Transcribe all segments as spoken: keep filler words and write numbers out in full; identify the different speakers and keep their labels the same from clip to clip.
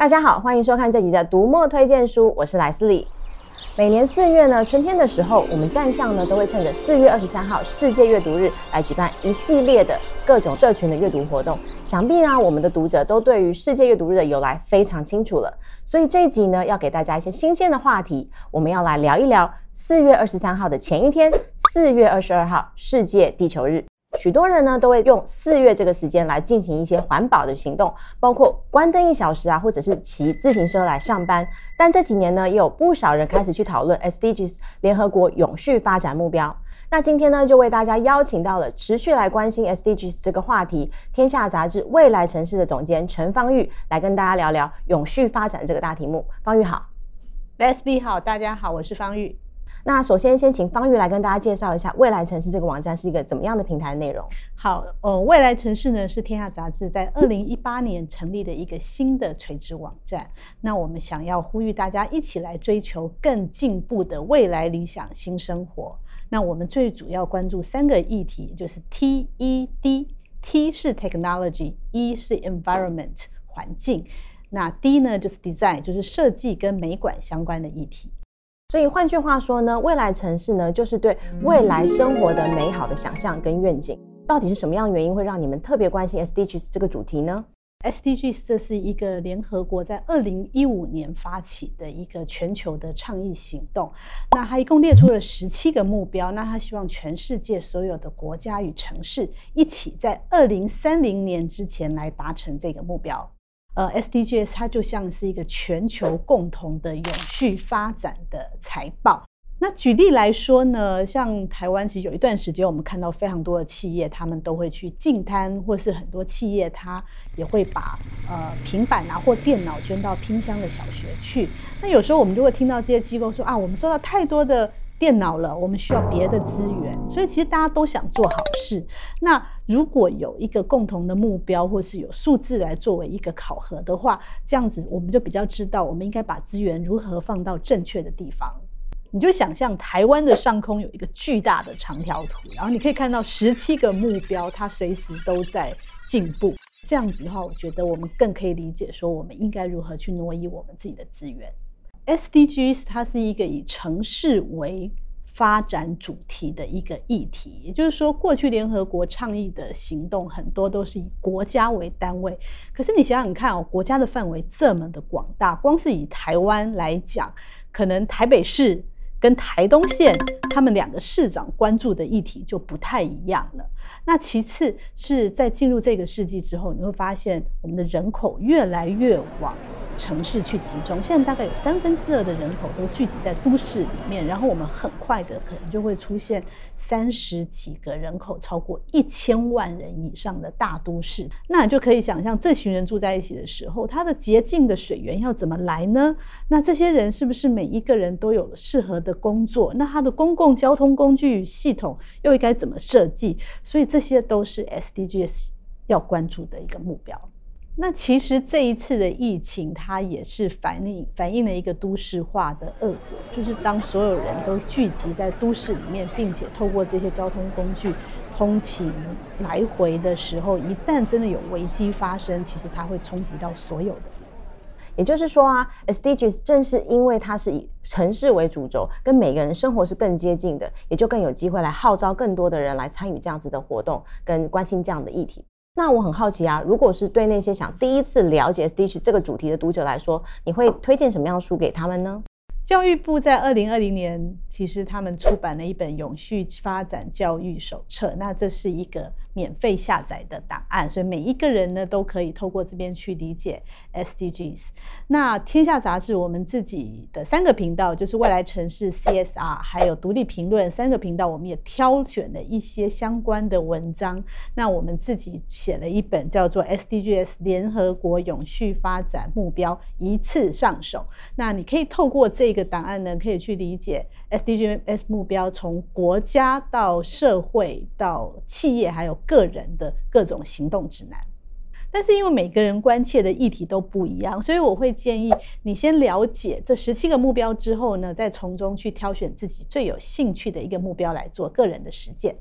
Speaker 1: 大家好，欢迎收看这集的读墨推荐书，我是莱斯利。每年四月呢，春天的时候，我们站上呢都会趁着四月二十三号世界阅读日来举办一系列的各种社群的阅读活动。想必呢，我们的读者都对于世界阅读日的由来非常清楚了。所以这一集呢，要给大家一些新鲜的话题，我们要来聊一聊四月二十三号的前一天，四月二十二号世界地球日。许多人呢都会用四月这个时间来进行一些环保的行动，包括关灯一小时啊，或者是骑自行车来上班。但这几年呢，也有不少人开始去讨论 S D Gs 联合国永续发展目标。那今天呢，就为大家邀请到了持续来关心 S D Gs 这个话题，天下杂志未来城市的总监陈芳玉来跟大家聊聊永续发展这个大题目。芳玉好。
Speaker 2: S B 好，大家好，我是芳玉。
Speaker 1: 那首先先请芳玉来跟大家介绍一下未来城市这个网站是一个怎么样的平台的内容。
Speaker 2: 好，呃，未来城市呢是天下杂志在二零一八年成立的一个新的垂直网站。那我们想要呼吁大家一起来追求更进步的未来理想新生活。那我们最主要关注三个议题，就是 T E D。T 是 technology，E 是 environment 环境，那 D 呢就是 design， 就是设计跟美感相关的议题。
Speaker 1: 所以换句话说呢，未来城市呢，就是对未来生活的美好的想象跟愿景。到底是什么样的原因会让你们特别关心 S D Gs 这个主题呢？
Speaker 2: S D Gs 这是一个联合国在二零一五年发起的一个全球的倡议行动。那它一共列出了十七个目标，那它希望全世界所有的国家与城市一起在二零三零年之前来达成这个目标。呃 S D Gs 它就像是一个全球共同的永续发展的财报。那举例来说呢，像台湾其实有一段时间我们看到非常多的企业他们都会去净滩，或是很多企业它也会把呃平板啊或电脑捐到偏乡的小学去。那有时候我们就会听到这些机构说啊，我们收到太多的电脑了，我们需要别的资源。所以其实大家都想做好事，那如果有一个共同的目标，或是有数字来作为一个考核的话，这样子我们就比较知道我们应该把资源如何放到正确的地方。你就想象台湾的上空有一个巨大的长条图，然后你可以看到十七个目标，它随时都在进步。这样子的话，我觉得我们更可以理解说我们应该如何去挪移我们自己的资源。S D Gs 它是一个以城市为发展主题的一个议题，也就是说过去联合国倡议的行动很多都是以国家为单位，可是你想想看哦，国家的范围这么的广大，光是以台湾来讲，可能台北市跟台东县他们两个市长关注的议题就不太一样了。那其次是在进入这个世纪之后，你会发现我们的人口越来越往城市去集中，现在大概有三分之二的人口都聚集在都市里面，然后我们很快的可能就会出现三十几个人口超过一千万人以上的大都市。那你就可以想象这群人住在一起的时候，它的洁净的水源要怎么来呢？那这些人是不是每一个人都有适合的工作？那他的公共交通工具系统又应该怎么设计？所以这些都是 S D Gs 要关注的一个目标。那其实这一次的疫情，它也是反映反映了一个都市化的恶果，就是当所有人都聚集在都市里面，并且透过这些交通工具通勤来回的时候，一旦真的有危机发生，其实它会冲击到所有的人。
Speaker 1: 也就是说啊 S D Gs 正是因为它是以城市为主轴，跟每个人生活是更接近的，也就更有机会来号召更多的人来参与这样子的活动，跟关心这样的议题。那我很好奇啊，如果是对那些想第一次了解 S D Gs 这个主题的读者来说，你会推荐什么样的书给他们呢？
Speaker 2: 教育部在二零二零年，其实他们出版了一本永续发展教育手册，那这是一个免费下载的档案，所以每一个人呢都可以透过这边去理解 S D Gs。那天下杂志我们自己的三个频道，就是未来城市 C S R 还有独立评论三个频道，我们也挑选了一些相关的文章。那我们自己写了一本叫做 S D Gs 联合国永续发展目标一次上手。那你可以透过这个档案呢，可以去理解 S D Gs 目标从国家到社会到企业还有个人的各种行动指南。但是因为每个人关切的议题都不一样，所以我会建议你先了解这十七个目标之后呢，再从中去挑选自己最有兴趣的一个目标来做个人的实践。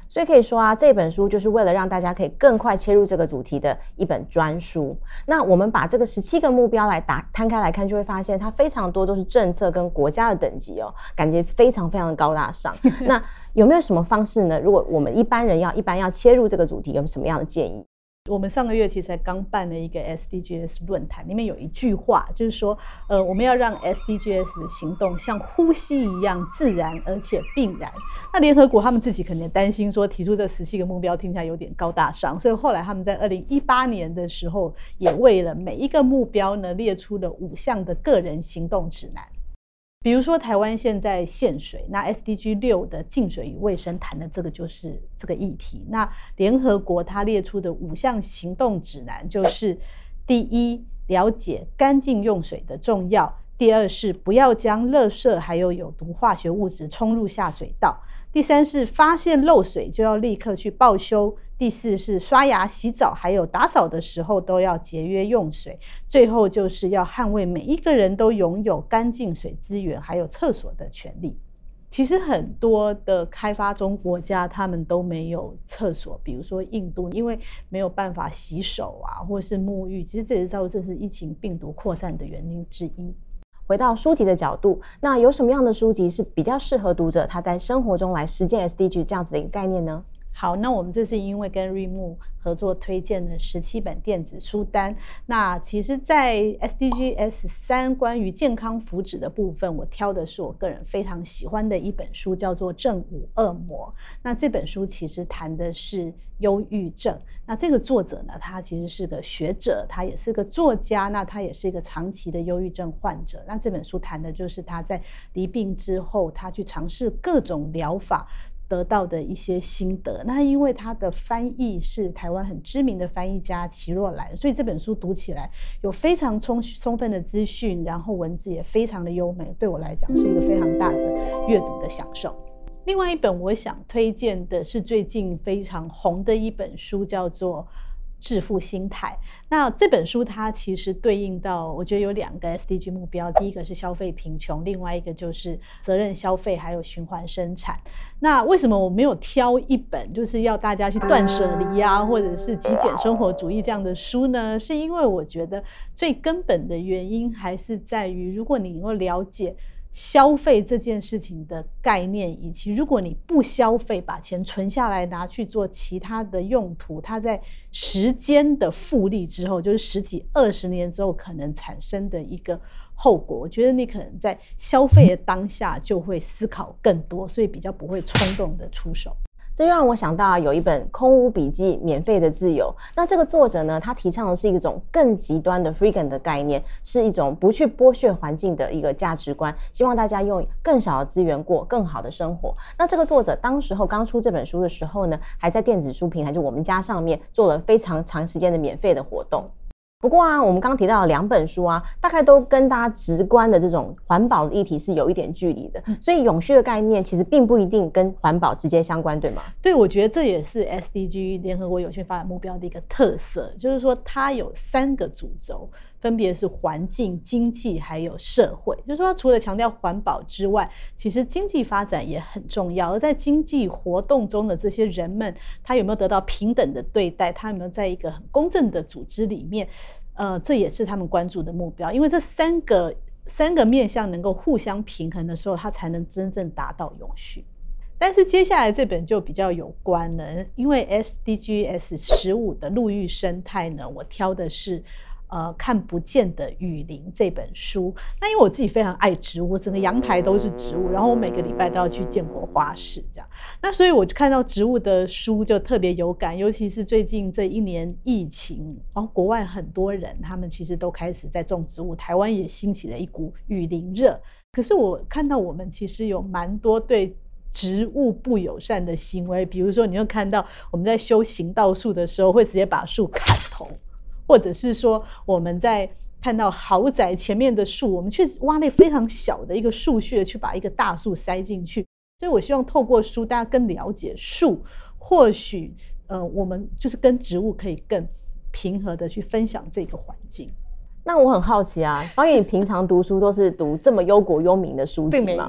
Speaker 1: 所以可以说啊，这本书就是为了让大家可以更快切入这个主题的一本专书。那我们把这个十七个目标来打摊开来看，就会发现它非常多都是政策跟国家的等级哦，感觉非常非常的高大上。那有没有什么方式呢？如果我们一般人要一般要切入这个主题，有什么样的建议？
Speaker 2: 我们上个月其实才刚办了一个 S D G S 论坛，里面有一句话就是说，呃，我们要让 S D G S 的行动像呼吸一样自然而且必然。那联合国他们自己可能也担心说，提出这十七个目标听起来有点高大上，所以后来他们在二零一八年的时候，也为了每一个目标呢列出了五项的个人行动指南。比如说台湾现在限水，那 S D G 六的净水与卫生谈的这个就是这个议题。那联合国它列出的五项行动指南就是：第一，了解干净用水的重要；第二是不要将垃圾还有有毒化学物质冲入下水道；第三是发现漏水就要立刻去报修；第四是刷牙、洗澡还有打扫的时候都要节约用水；最后就是要捍卫每一个人都拥有干净水资源还有厕所的权利。其实很多的开发中国家他们都没有厕所，比如说印度，因为没有办法洗手啊或是沐浴，其实这也是造成这是疫情病毒扩散的原因之一。
Speaker 1: 回到书籍的角度，那有什么样的书籍是比较适合读者他在生活中来实践 S D G 这样子的一个概念呢？
Speaker 2: 好，那我们这是因为跟瑞木合作推荐的十七本电子书单。那其实在 S D G S 三关于健康福祉的部分，我挑的是我个人非常喜欢的一本书，叫做《正午恶魔》。那这本书其实谈的是忧郁症。那这个作者呢，他其实是个学者，他也是个作家，那他也是一个长期的忧郁症患者。那这本书谈的就是他在罹病之后，他去尝试各种疗法得到的一些心得。那因为他的翻译是台湾很知名的翻译家齐若兰，所以这本书读起来有非常充充分的资讯，然后文字也非常的优美，对我来讲是一个非常大的阅读的享受。另外一本我想推荐的是最近非常红的一本书，叫做致富心态。那这本书它其实对应到我觉得有两个 S D G 目标，第一个是消费贫穷，另外一个就是责任消费还有循环生产。那为什么我没有挑一本就是要大家去断舍离啊或者是极简生活主义这样的书呢？是因为我觉得最根本的原因还是在于，如果你能够了解消费这件事情的概念，以及如果你不消费，把钱存下来拿去做其他的用途，它在时间的复利之后，就是十几二十年之后可能产生的一个后果，我觉得你可能在消费的当下就会思考更多，所以比较不会冲动的出手。
Speaker 1: 这就让我想到有一本空屋笔记免费的自由。那这个作者呢，他提倡的是一种更极端的 freegan 的概念，是一种不去剥削环境的一个价值观，希望大家用更少的资源过更好的生活。那这个作者当时候刚出这本书的时候呢，还在电子书平台就我们家上面做了非常长时间的免费的活动。不过啊，我们刚刚提到的两本书啊，大概都跟大家直观的这种环保的议题是有一点距离的，所以永续的概念其实并不一定跟环保直接相关，对吗？
Speaker 2: 对，我觉得这也是 S D G 联合国永续发展目标的一个特色，就是说它有三个主轴，分别是环境、经济还有社会。就是说除了强调环保之外，其实经济发展也很重要，而在经济活动中的这些人们，他有没有得到平等的对待，他有没有在一个很公正的组织里面，呃，这也是他们关注的目标。因为这三个三个面向能够互相平衡的时候，它才能真正达到永续。但是接下来这本就比较有关了，因为 S D G S 十五的陆域生态呢，我挑的是呃，看不见的雨林这本书。那因为我自己非常爱植物，整个阳台都是植物，然后我每个礼拜都要去建国花市这样。那所以我就看到植物的书就特别有感，尤其是最近这一年疫情，然后国外很多人他们其实都开始在种植物，台湾也兴起了一股雨林热。可是我看到我们其实有蛮多对植物不友善的行为，比如说你会看到我们在修行道树的时候会直接把树砍头，或者是说我们在看到豪宅前面的树，我们去挖那非常小的一个树穴去把一个大树塞进去。所以我希望透过书大家更了解树，或许呃我们就是跟植物可以更平和的去分享这个环境。
Speaker 1: 那我很好奇啊，方宇，你平常读书都是读这么忧国忧民的书籍吗？
Speaker 2: 并没有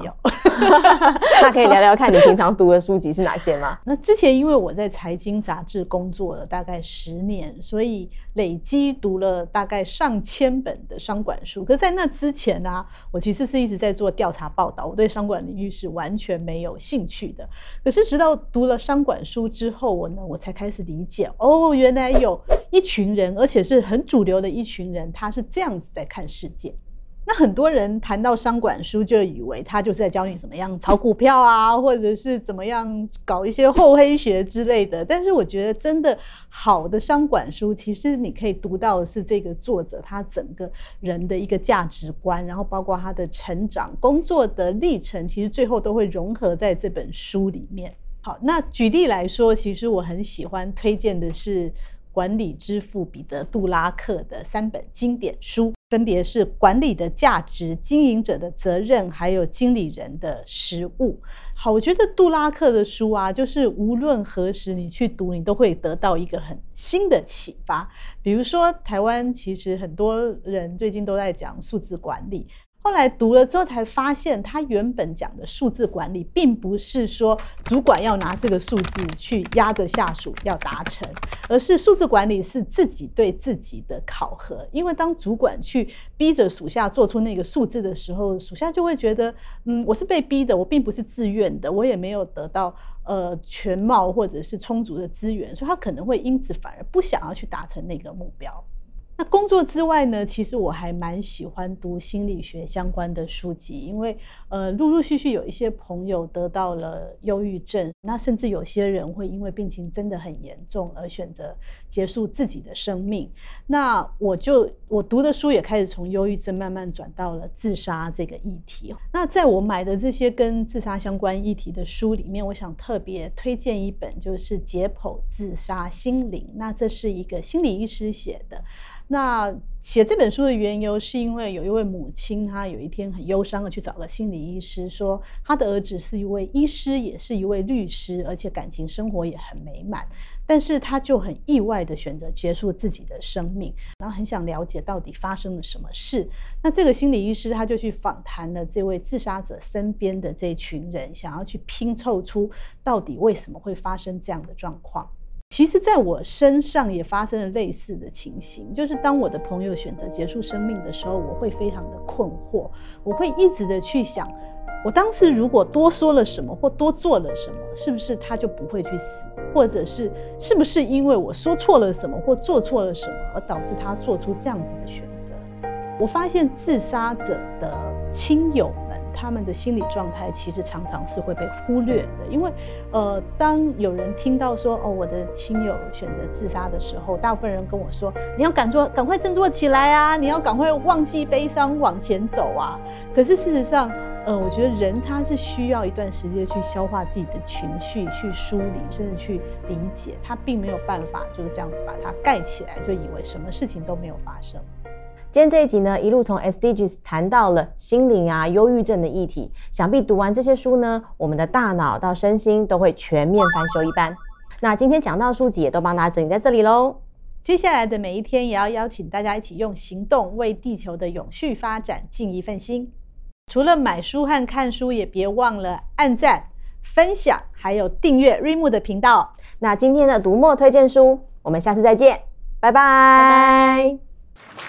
Speaker 1: 那可以聊聊看你平常读的书籍是哪些吗？
Speaker 2: 那之前因为我在财经杂志工作了大概十年，所以累积读了大概上千本的商管书。可是在那之前啊，我其实是一直在做调查报道，我对商管领域是完全没有兴趣的。可是直到读了商管书之后，我呢，我才开始理解，哦，原来有一群人，而且是很主流的一群人，他是这样子在看世界。那很多人谈到商管书就以为他就是在教你怎么样炒股票啊，或者是怎么样搞一些厚黑学之类的。但是我觉得真的好的商管书，其实你可以读到的是这个作者他整个人的一个价值观，然后包括他的成长、工作的历程，其实最后都会融合在这本书里面。好，那举例来说，其实我很喜欢推荐的是管理之父彼得·杜拉克的三本经典书，分别是《管理的价值》、《经营者的责任》还有《经理人的实务》。好，我觉得杜拉克的书啊，就是无论何时你去读，你都会得到一个很新的启发。比如说台湾其实很多人最近都在讲数字管理，后来读了之后才发现，他原本讲的数字管理并不是说主管要拿这个数字去压着下属要达成，而是数字管理是自己对自己的考核。因为当主管去逼着属下做出那个数字的时候，属下就会觉得嗯，我是被逼的，我并不是自愿的，我也没有得到呃全貌或者是充足的资源，所以他可能会因此反而不想要去达成那个目标。那工作之外呢，其实我还蛮喜欢读心理学相关的书籍，因为呃，陆陆续续有一些朋友得到了忧郁症，那甚至有些人会因为病情真的很严重而选择结束自己的生命。那我就我读的书也开始从忧郁症慢慢转到了自杀这个议题。那在我买的这些跟自杀相关议题的书里面，我想特别推荐一本，就是《解剖自杀心灵》。那这是一个心理医师写的。那写这本书的缘由是因为有一位母亲，她有一天很忧伤的去找了心理医师，说她的儿子是一位医师，也是一位律师，而且感情生活也很美满，但是他就很意外的选择结束自己的生命，然后很想了解到底发生了什么事。那这个心理医师他就去访谈了这位自杀者身边的这群人，想要去拼凑出到底为什么会发生这样的状况。其实在我身上也发生了类似的情形，就是当我的朋友选择结束生命的时候，我会非常的困惑，我会一直的去想，我当时如果多说了什么或多做了什么，是不是他就不会去死，或者是是不是因为我说错了什么或做错了什么而导致他做出这样子的选择。我发现自杀者的亲友们，他们的心理状态其实常常是会被忽略的，因为呃，当有人听到说哦，我的亲友选择自杀的时候，大部分人跟我说，你要赶快赶快振作起来啊，你要赶快忘记悲伤往前走啊。可是事实上呃，我觉得人他是需要一段时间去消化自己的情绪，去梳理，甚至去理解，他并没有办法就是这样子把它盖起来，就以为什么事情都没有发生。
Speaker 1: 今天这一集呢，一路从 S D Gs 谈到了心灵啊、忧郁症的议题，想必读完这些书呢，我们的大脑到身心都会全面翻修一番。那今天讲到的书籍也都帮大家整理在这里咯。
Speaker 2: 接下来的每一天也要邀请大家一起用行动为地球的永续发展尽一份心。除了买书和看书，也别忘了按赞、分享还有订阅瑞木的频道。
Speaker 1: 那今天的读墨推荐书，我们下次再见，拜拜。
Speaker 2: 拜拜。